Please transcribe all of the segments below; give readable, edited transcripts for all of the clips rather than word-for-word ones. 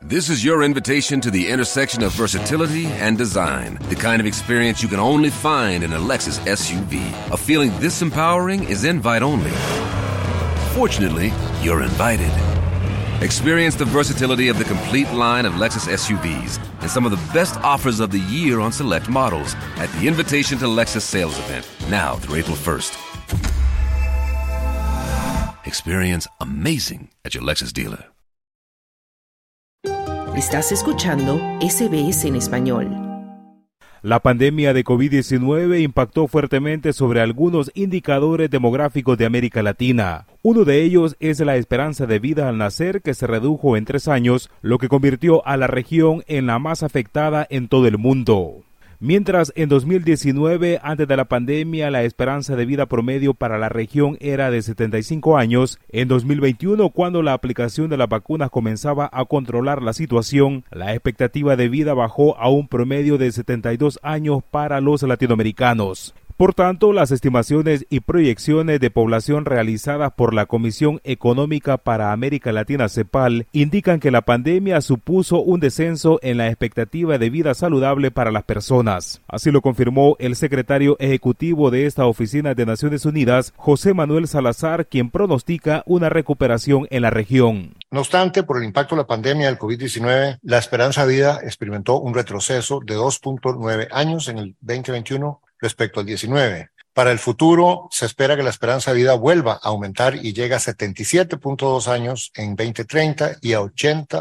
This is your invitation to the intersection of versatility and design. The kind of experience you can only find in a Lexus SUV. A feeling this empowering is invite only. Fortunately, you're invited. Experience the versatility of the complete line of Lexus SUVs and some of the best offers of the year on select models at the Invitation to Lexus sales event, now through April 1st. Experience amazing at your Lexus dealer. Estás escuchando SBS en español. La pandemia de COVID-19 impactó fuertemente sobre algunos indicadores demográficos de América Latina. Uno de ellos es la esperanza de vida al nacer, que se redujo en 3 años, lo que convirtió a la región en la más afectada en todo el mundo. Mientras en 2019, antes de la pandemia, la esperanza de vida promedio para la región era de 75 años, en 2021, cuando la aplicación de las vacunas comenzaba a controlar la situación, la expectativa de vida bajó a un promedio de 72 años para los latinoamericanos. Por tanto, las estimaciones y proyecciones de población realizadas por la Comisión Económica para América Latina, CEPAL, indican que la pandemia supuso un descenso en la expectativa de vida saludable para las personas. Así lo confirmó el secretario ejecutivo de esta oficina de Naciones Unidas, José Manuel Salazar, quien pronostica una recuperación en la región. No obstante, por el impacto de la pandemia del COVID-19, la esperanza de vida experimentó un retroceso de 2.9 años en el 2021 respecto al 19. Para el futuro, se espera que la esperanza de vida vuelva a aumentar y llegue a 77.2 años en 2030 y a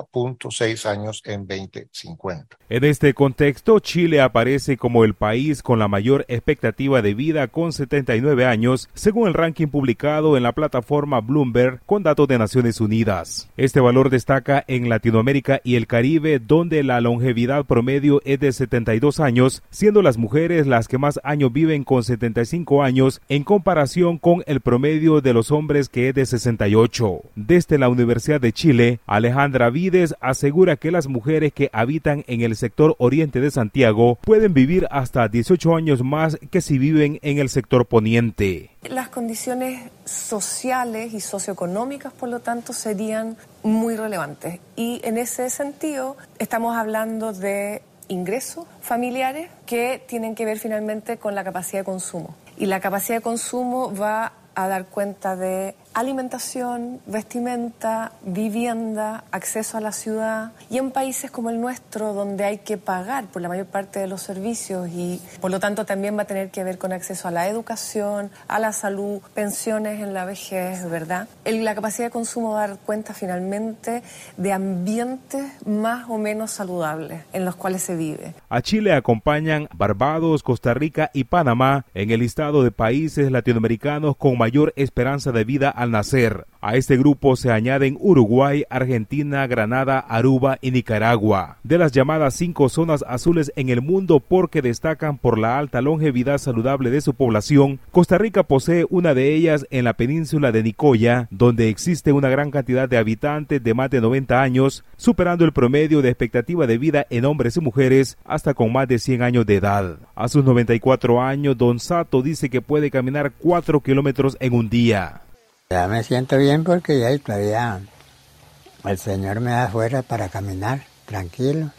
80.6 años en 2050. En este contexto, Chile aparece como el país con la mayor expectativa de vida, con 79 años, según el ranking publicado en la plataforma Bloomberg con datos de Naciones Unidas. Este valor destaca en Latinoamérica y el Caribe, donde la longevidad promedio es de 72 años, siendo las mujeres las que más años viven, con 75 años, en comparación con el promedio de los hombres, que es de 68. Desde la Universidad de Chile, Alejandra Vides asegura que las mujeres que habitan en el sector oriente de Santiago pueden vivir hasta 18 años más que si viven en el sector poniente. Las condiciones sociales y socioeconómicas, por lo tanto, serían muy relevantes. Y en ese sentido, estamos hablando de ingresos familiares que tienen que ver finalmente con la capacidad de consumo. Y la capacidad de consumo va a dar cuenta de alimentación, vestimenta, vivienda, acceso a la ciudad. Y en países como el nuestro, donde hay que pagar por la mayor parte de los servicios y por lo tanto también va a tener que ver con acceso a la educación, a la salud, pensiones en la vejez, ¿verdad? La capacidad de consumo va a dar cuenta finalmente de ambientes más o menos saludables en los cuales se vive. A Chile acompañan Barbados, Costa Rica y Panamá en el listado de países latinoamericanos con mayor esperanza de vida al nacer. A este grupo se añaden Uruguay, Argentina, Granada, Aruba y Nicaragua. De las llamadas 5 zonas azules en el mundo, porque destacan por la alta longevidad saludable de su población, Costa Rica posee una de ellas en la península de Nicoya, donde existe una gran cantidad de habitantes de más de 90 años, superando el promedio de expectativa de vida en hombres y mujeres hasta con más de 100 años de edad. A sus 94 años, Don Sato dice que puede caminar 4 kilómetros en un día. Ya me siento bien porque ya todavía el Señor me da fuerza para caminar tranquilo.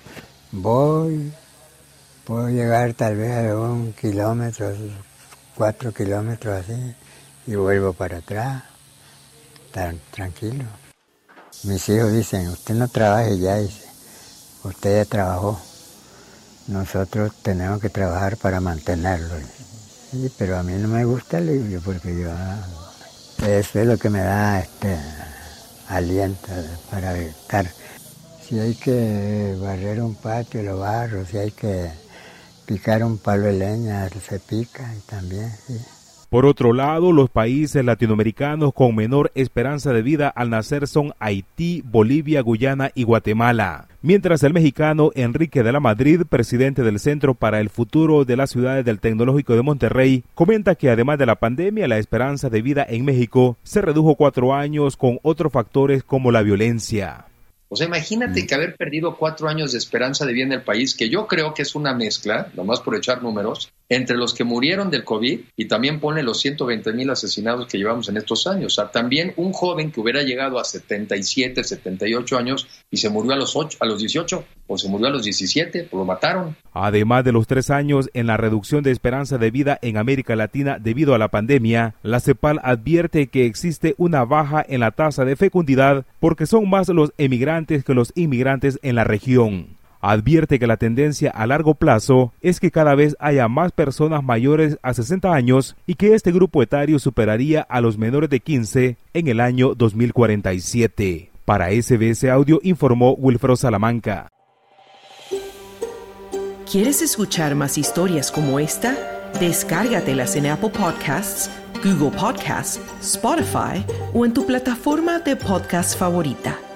Puedo llegar tal vez a 1 kilómetro, 4 kilómetros así, y vuelvo para atrás, tan tranquilo. Mis hijos dicen, usted no trabaje ya, dice, usted ya trabajó. Nosotros tenemos que trabajar para mantenerlo. Sí, pero a mí no me gusta el libro porque yo... Eso es lo que me da aliento para estar. Si hay que barrer un patio, lo barro. Si hay que picar un palo de leña, se pica y también, sí. Por otro lado, los países latinoamericanos con menor esperanza de vida al nacer son Haití, Bolivia, Guyana y Guatemala. Mientras el mexicano Enrique de la Madrid, presidente del Centro para el Futuro de las Ciudades del Tecnológico de Monterrey, comenta que además de la pandemia, la esperanza de vida en México se redujo 4 años con otros factores como la violencia. O sea, imagínate que haber perdido 4 años de esperanza de vida en el país, que yo creo que es una mezcla, nomás por echar números, entre los que murieron del COVID y también ponle los 120,000 asesinados que llevamos en estos años. O sea, también un joven que hubiera llegado a 77, 78 años y se murió a los 18 o se murió a los 17, pues lo mataron. Además de los 3 años en la reducción de esperanza de vida en América Latina debido a la pandemia, la CEPAL advierte que existe una baja en la tasa de fecundidad porque son más los emigrantes que los inmigrantes en la región. Advierte que la tendencia a largo plazo es que cada vez haya más personas mayores a 60 años y que este grupo etario superaría a los menores de 15 en el año 2047. Para SBS Audio informó Wilfredo Salamanca. ¿Quieres escuchar más historias como esta? Descárgatelas en Apple Podcasts, Google Podcasts, Spotify o en tu plataforma de podcast favorita.